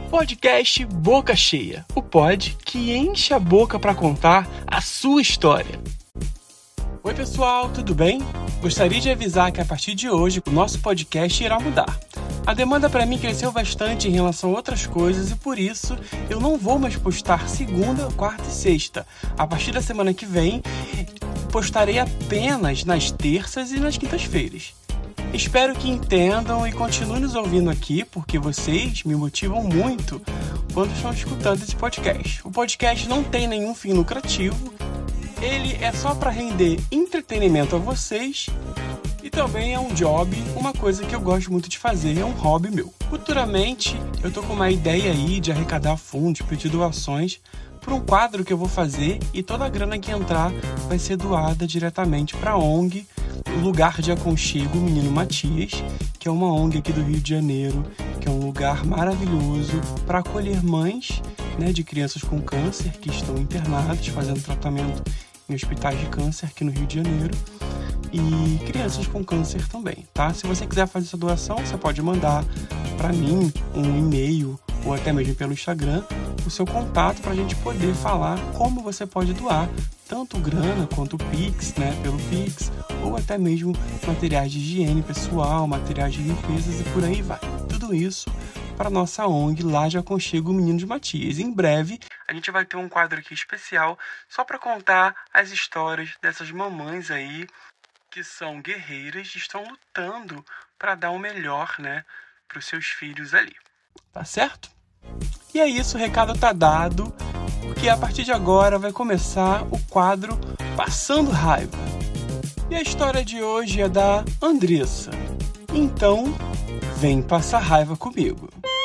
Podcast Boca Cheia, o pod que enche a boca para contar a sua história. Oi pessoal, tudo bem? Gostaria de avisar que a partir de hoje o nosso podcast irá mudar. A demanda para mim cresceu bastante em relação a outras coisas e por isso eu não vou mais postar segunda, quarta e sexta. A partir da semana que vem, postarei apenas nas terças e nas quintas-feiras. Espero que entendam e continuem nos ouvindo aqui, porque vocês me motivam muito quando estão escutando esse podcast. O podcast não tem nenhum fim lucrativo, ele é só para render entretenimento a vocês e também é um job, uma coisa que eu gosto muito de fazer, é um hobby meu. Futuramente, eu tô com uma ideia aí de arrecadar fundos, pedir doações para um quadro que eu vou fazer e toda a grana que entrar vai ser doada diretamente para a ONG, o Lugar de Aconchego Menino Matias, que é uma ONG aqui do Rio de Janeiro, que é um lugar maravilhoso para acolher mães, de crianças com câncer que estão internadas, fazendo tratamento em hospitais de câncer aqui no Rio de Janeiro, e crianças com câncer também, tá? Se você quiser fazer essa doação, você pode mandar para mim um e-mail ou até mesmo pelo Instagram o seu contato para a gente poder falar como você pode doar tanto grana quanto Pix, pelo Pix, ou até mesmo materiais de higiene pessoal, materiais de limpezas e por aí vai. Tudo isso para a nossa ONG lá de Aconchego Menino de Matias. Em breve, a gente vai ter um quadro aqui especial só para contar as histórias dessas mamães aí que são guerreiras e estão lutando para dar o melhor, para os seus filhos ali. Tá certo? E é isso, o recado tá dado, porque a partir de agora vai começar o quadro Passando Raiva. E a história de hoje é da Andressa. Então, vem passar raiva comigo.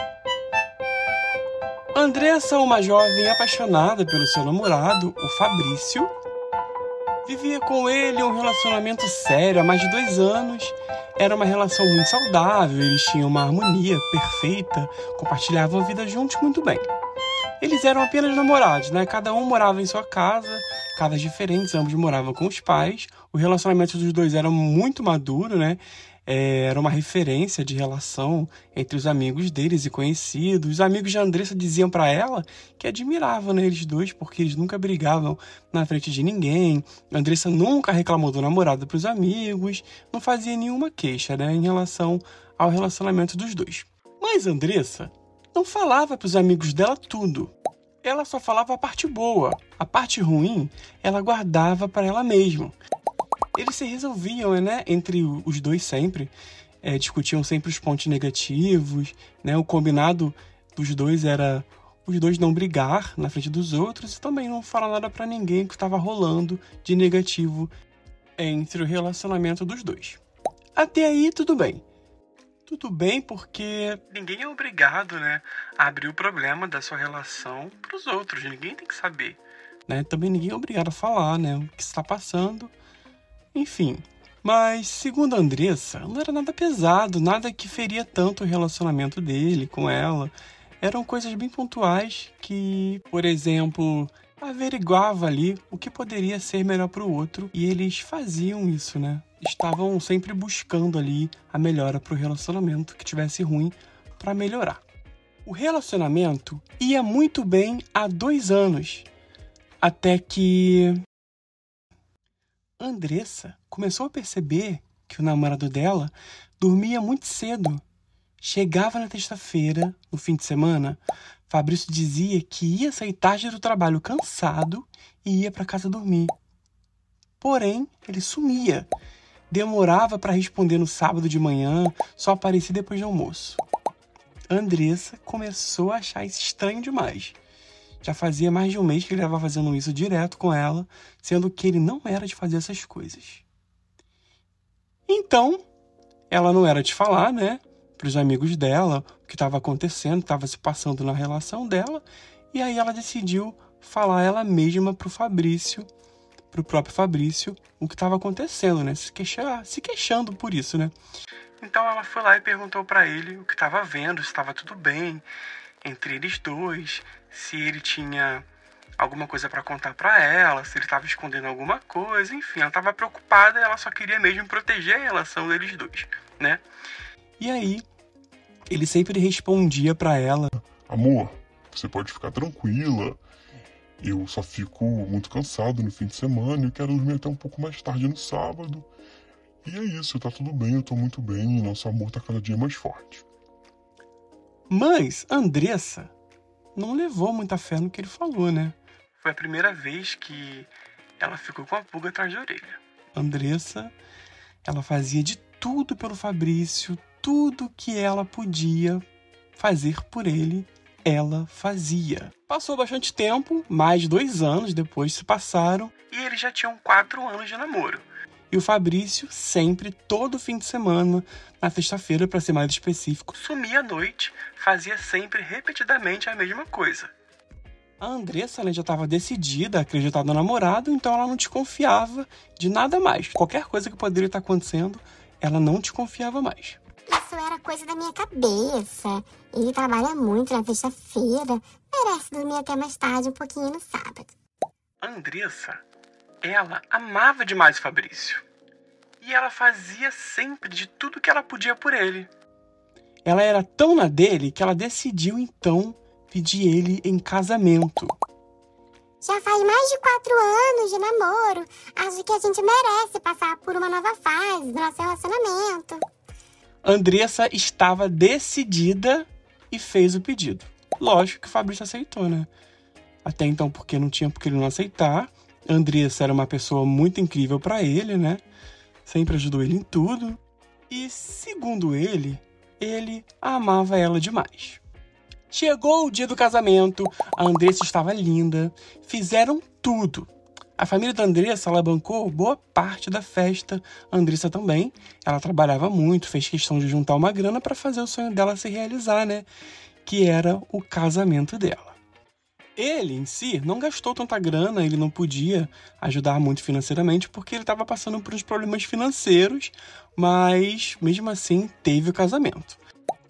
Andressa é uma jovem apaixonada pelo seu namorado, o Fabrício. Vivia com ele um relacionamento sério há mais de 2 anos. Era uma relação muito saudável, eles tinham uma harmonia perfeita, compartilhavam a vida juntos muito bem. Eles eram apenas namorados, Cada um morava em sua casa, casas diferentes, ambos moravam com os pais. O relacionamento dos dois era muito maduro, Era uma referência de relação entre os amigos deles e conhecidos. Os amigos de Andressa diziam para ela que admiravam, eles dois, porque eles nunca brigavam na frente de ninguém. Andressa nunca reclamou do namorado para os amigos, não fazia nenhuma queixa, em relação ao relacionamento dos dois. Mas Andressa não falava para os amigos dela tudo. Ela só falava a parte boa. A parte ruim, ela guardava para ela mesma. Eles se resolviam, entre os dois sempre. Discutiam sempre os pontos negativos, O combinado dos dois era os dois não brigar na frente dos outros e também não falar nada pra ninguém que estava rolando de negativo entre o relacionamento dos dois. Até aí, tudo bem. Tudo bem porque ninguém é obrigado, a abrir o problema da sua relação pros outros. Ninguém tem que saber, Também ninguém é obrigado a falar, o que está passando. Enfim, mas segundo a Andressa, não era nada pesado, nada que feria tanto o relacionamento dele com ela. Eram coisas bem pontuais que, por exemplo, averiguava ali o que poderia ser melhor para o outro e eles faziam isso, Estavam sempre buscando ali a melhora para o relacionamento que tivesse ruim para melhorar. O relacionamento ia muito bem há 2 anos, até que Andressa começou a perceber que o namorado dela dormia muito cedo. Chegava na terça-feira, no fim de semana, Fabrício dizia que ia sair tarde do trabalho cansado e ia para casa dormir. Porém, ele sumia. Demorava para responder no sábado de manhã, só aparecia depois do almoço. Andressa começou a achar isso estranho demais. Já fazia mais de 1 mês que ele estava fazendo isso direto com ela, sendo que ele não era de fazer essas coisas. Então, ela não era de falar, para os amigos dela, o que estava acontecendo, estava se passando na relação dela, e aí ela decidiu falar ela mesma para o próprio Fabrício, o que estava acontecendo, se queixando por isso, Então ela foi lá e perguntou para ele o que estava vendo, se estava tudo bem entre eles dois, se ele tinha alguma coisa para contar para ela, se ele estava escondendo alguma coisa, enfim, ela estava preocupada e ela só queria mesmo proteger a relação deles dois, E aí, ele sempre respondia para ela Amor, você pode ficar tranquila. Eu só fico muito cansado no fim de semana e quero dormir até um pouco mais tarde no sábado. E é isso, tá tudo bem, eu tô muito bem e nosso amor tá cada dia mais forte. Mas Andressa não levou muita fé no que ele falou, né? Foi a primeira vez que ela ficou com a pulga atrás da orelha. Andressa, ela fazia de tudo pelo Fabrício, tudo que ela podia fazer por ele, ela fazia. Passou bastante tempo, mais de 2 anos depois se passaram, e eles já tinham 4 anos de namoro. E o Fabrício sempre, todo fim de semana, na sexta-feira, para ser mais específico, sumia à noite, fazia sempre repetidamente a mesma coisa. A Andressa, ela já estava decidida a acreditar no namorado, então ela não desconfiava de nada mais. Qualquer coisa que poderia estar acontecendo, ela não desconfiava mais. Isso era coisa da minha cabeça. Ele trabalha muito na sexta-feira, merece dormir até mais tarde um pouquinho no sábado. A Andressa, ela amava demais o Fabrício. E ela fazia sempre de tudo que ela podia por ele. Ela era tão na dele que ela decidiu, então, pedir ele em casamento. Já faz mais de 4 anos de namoro. Acho que a gente merece passar por uma nova fase do nosso relacionamento. Andressa estava decidida e fez o pedido. Lógico que o Fabrício aceitou, né? Até então, porque não tinha por que ele não aceitar. Andressa era uma pessoa muito incrível para ele, né? Sempre ajudou ele em tudo. E, segundo ele amava ela demais. Chegou o dia do casamento, a Andressa estava linda, fizeram tudo. A família da Andressa, ela bancou boa parte da festa. A Andressa também, ela trabalhava muito, fez questão de juntar uma grana para fazer o sonho dela se realizar, né? Que era o casamento dela. Ele, em si, não gastou tanta grana, ele não podia ajudar muito financeiramente porque ele estava passando por uns problemas financeiros, mas, mesmo assim, teve o casamento.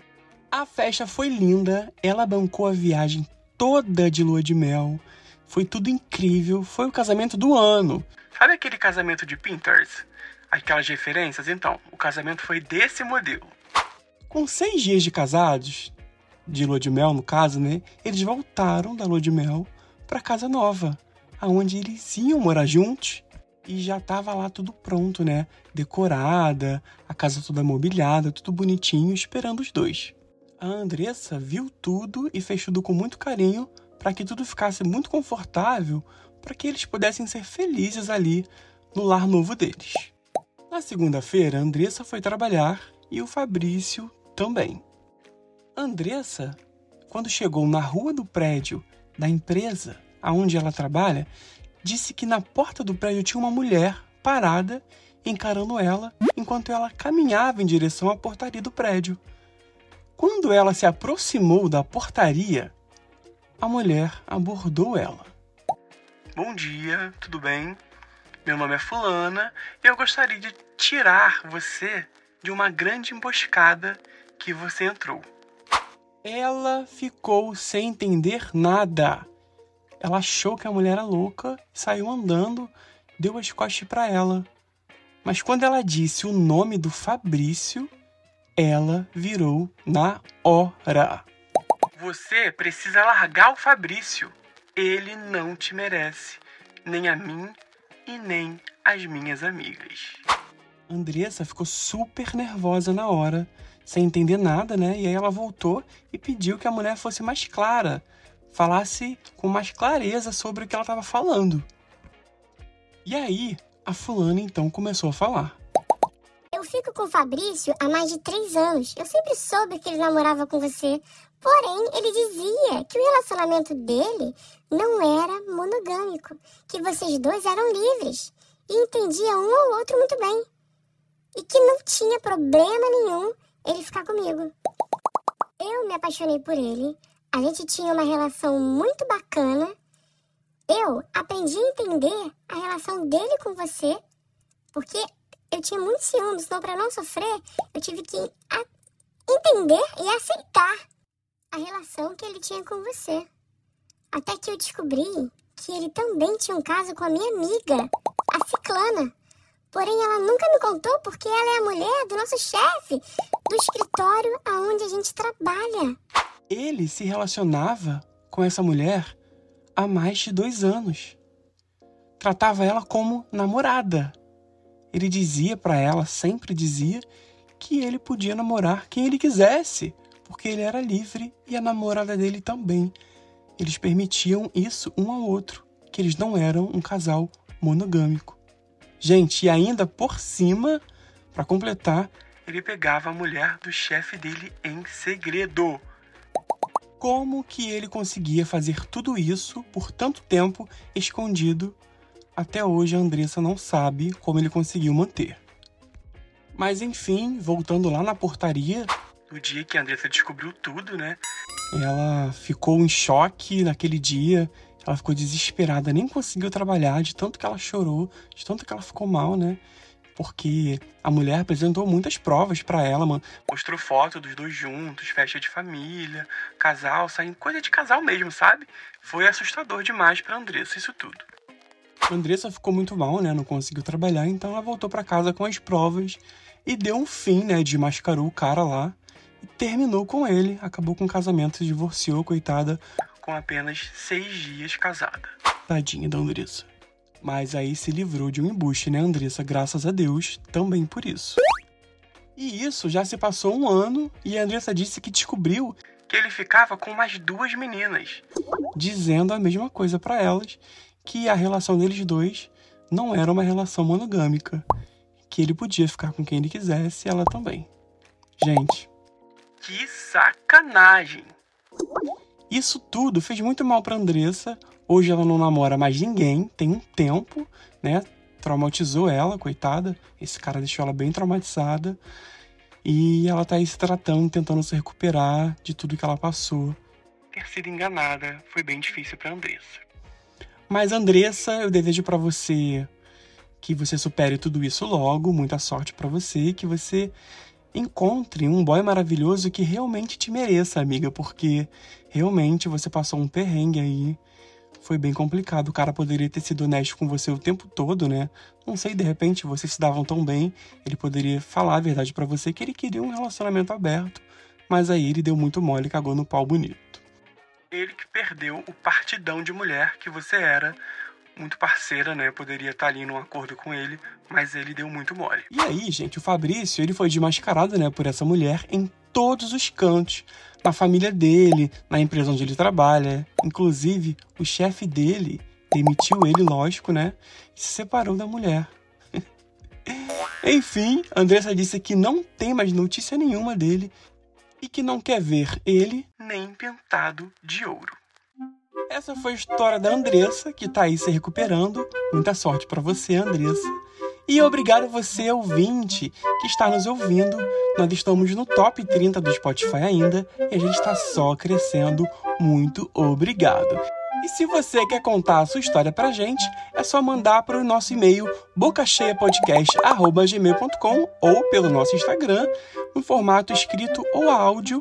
A festa foi linda, ela bancou a viagem toda de lua de mel, foi tudo incrível, foi o casamento do ano. Sabe aquele casamento de Pinterest? Aquelas referências? Então, o casamento foi desse modelo. Com 6 dias de casados, de lua de mel no caso, né? Eles voltaram da lua de mel para casa nova, aonde eles iam morar juntos. E já tava lá tudo pronto, né? Decorada, a casa toda mobiliada, tudo bonitinho, esperando os dois. A Andressa viu tudo e fez tudo com muito carinho para que tudo ficasse muito confortável, para que eles pudessem ser felizes ali no lar novo deles. Na segunda-feira, a Andressa foi trabalhar e o Fabrício também. A Andressa, quando chegou na rua do prédio da empresa onde ela trabalha, disse que na porta do prédio tinha uma mulher parada, encarando ela, enquanto ela caminhava em direção à portaria do prédio. Quando ela se aproximou da portaria, a mulher abordou ela. Bom dia, tudo bem? Meu nome é Fulana e eu gostaria de tirar você de uma grande emboscada que você entrou. Ela ficou sem entender nada. Ela achou que a mulher era louca, saiu andando, deu as costas para ela. Mas quando ela disse o nome do Fabrício, ela virou na hora. Você precisa largar o Fabrício. Ele não te merece, nem a mim e nem as minhas amigas. Andressa ficou super nervosa na hora, sem entender nada, né? E aí ela voltou e pediu que a mulher fosse mais clara, falasse com mais clareza sobre o que ela estava falando. E aí, a fulana então começou a falar. Eu fico com o Fabrício há mais de 3 anos. Eu sempre soube que ele namorava com você. Porém, ele dizia que o relacionamento dele não era monogâmico, que vocês dois eram livres e entendiam um ao outro muito bem. E que não tinha problema nenhum ele ficar comigo. Eu me apaixonei por ele, a gente tinha uma relação muito bacana. Eu aprendi a entender a relação dele com você, porque eu tinha muitos ciúmes, então para não sofrer, eu tive que entender e aceitar a relação que ele tinha com você. Até que eu descobri que ele também tinha um caso com a minha amiga, a Ciclana. Porém, ela nunca me contou porque ela é a mulher do nosso chefe, do escritório aonde a gente trabalha. Ele se relacionava com essa mulher há mais de 2 anos. Tratava ela como namorada. Ele dizia para ela, sempre dizia, que ele podia namorar quem ele quisesse, porque ele era livre e a namorada dele também. Eles permitiam isso um ao outro, que eles não eram um casal monogâmico. Gente, e ainda por cima, para completar, ele pegava a mulher do chefe dele em segredo. Como que ele conseguia fazer tudo isso por tanto tempo escondido? Até hoje a Andressa não sabe como ele conseguiu manter. Mas enfim, voltando lá na portaria, no dia que a Andressa descobriu tudo, né? Ela ficou em choque naquele dia, ela ficou desesperada, nem conseguiu trabalhar de tanto que ela chorou, de tanto que ela ficou mal, né? Porque a mulher apresentou muitas provas pra ela, mano. Mostrou foto dos dois juntos, festa de família, casal, saindo, coisa de casal mesmo, sabe? Foi assustador demais pra Andressa isso tudo. A Andressa ficou muito mal, né? Não conseguiu trabalhar, então ela voltou pra casa com as provas e deu um fim, né? Desmascarou o cara lá e terminou com ele. Acabou com o casamento, se divorciou, coitada, com apenas 6 dias casada. Tadinha da Andressa. Mas aí se livrou de um embuste, né, Andressa? Graças a Deus, também por isso. E isso já se passou 1 ano e a Andressa disse que descobriu que ele ficava com mais 2 meninas, dizendo a mesma coisa pra elas, que a relação deles dois não era uma relação monogâmica, que ele podia ficar com quem ele quisesse e ela também. Gente, que sacanagem! Isso tudo fez muito mal pra Andressa. Hoje ela não namora mais ninguém, tem um tempo, né? Traumatizou ela, coitada. Esse cara deixou ela bem traumatizada. E ela tá aí se tratando, tentando se recuperar de tudo que ela passou. Ter sido enganada foi bem difícil pra Andressa. Mas Andressa, eu desejo pra você que você supere tudo isso logo. Muita sorte pra você, que você encontre um boy maravilhoso que realmente te mereça, amiga. Porque realmente você passou um perrengue aí. Foi bem complicado, o cara poderia ter sido honesto com você o tempo todo, né? Não sei, de repente, vocês se davam tão bem, ele poderia falar a verdade pra você que ele queria um relacionamento aberto, mas aí ele deu muito mole e cagou no pau bonito. Ele que perdeu o partidão de mulher que você era, muito parceira, né? Poderia estar ali num acordo com ele, mas ele deu muito mole. E aí, gente, o Fabrício, ele foi desmascarado, né, por essa mulher em todos os cantos. Na família dele, na empresa onde ele trabalha. Inclusive, o chefe dele demitiu ele, lógico, né? E se separou da mulher. Enfim, Andressa disse que não tem mais notícia nenhuma dele e que não quer ver ele nem pintado de ouro. Essa foi a história da Andressa, que tá aí se recuperando. Muita sorte pra você, Andressa. E obrigado você, ouvinte, que está nos ouvindo. Nós estamos no top 30 do Spotify ainda e a gente está só crescendo. Muito obrigado. E se você quer contar a sua história pra gente, é só mandar para o nosso e-mail bocacheiapodcast@gmail.com ou pelo nosso Instagram, no formato escrito ou áudio,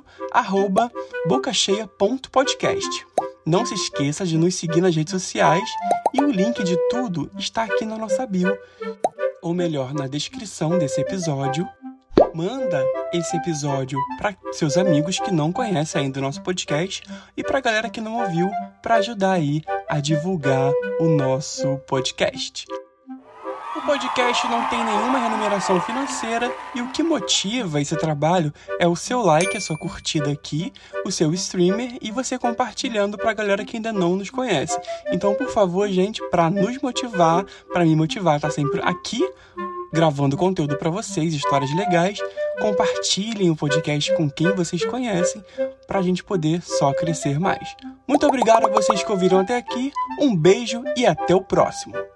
@bocacheia.podcast. Não se esqueça de nos seguir nas redes sociais e o link de tudo está aqui na nossa bio. Ou melhor, na descrição desse episódio. Manda esse episódio para seus amigos que não conhecem ainda o nosso podcast e para a galera que não ouviu, para ajudar aí a divulgar o nosso podcast. O podcast não tem nenhuma remuneração financeira e o que motiva esse trabalho é o seu like, a sua curtida aqui, o seu streamer e você compartilhando pra galera que ainda não nos conhece. Então, por favor, gente, pra nos motivar, pra me motivar, tá sempre aqui gravando conteúdo pra vocês, histórias legais, compartilhem o podcast com quem vocês conhecem pra gente poder só crescer mais. Muito obrigado a vocês que ouviram até aqui, um beijo e até o próximo.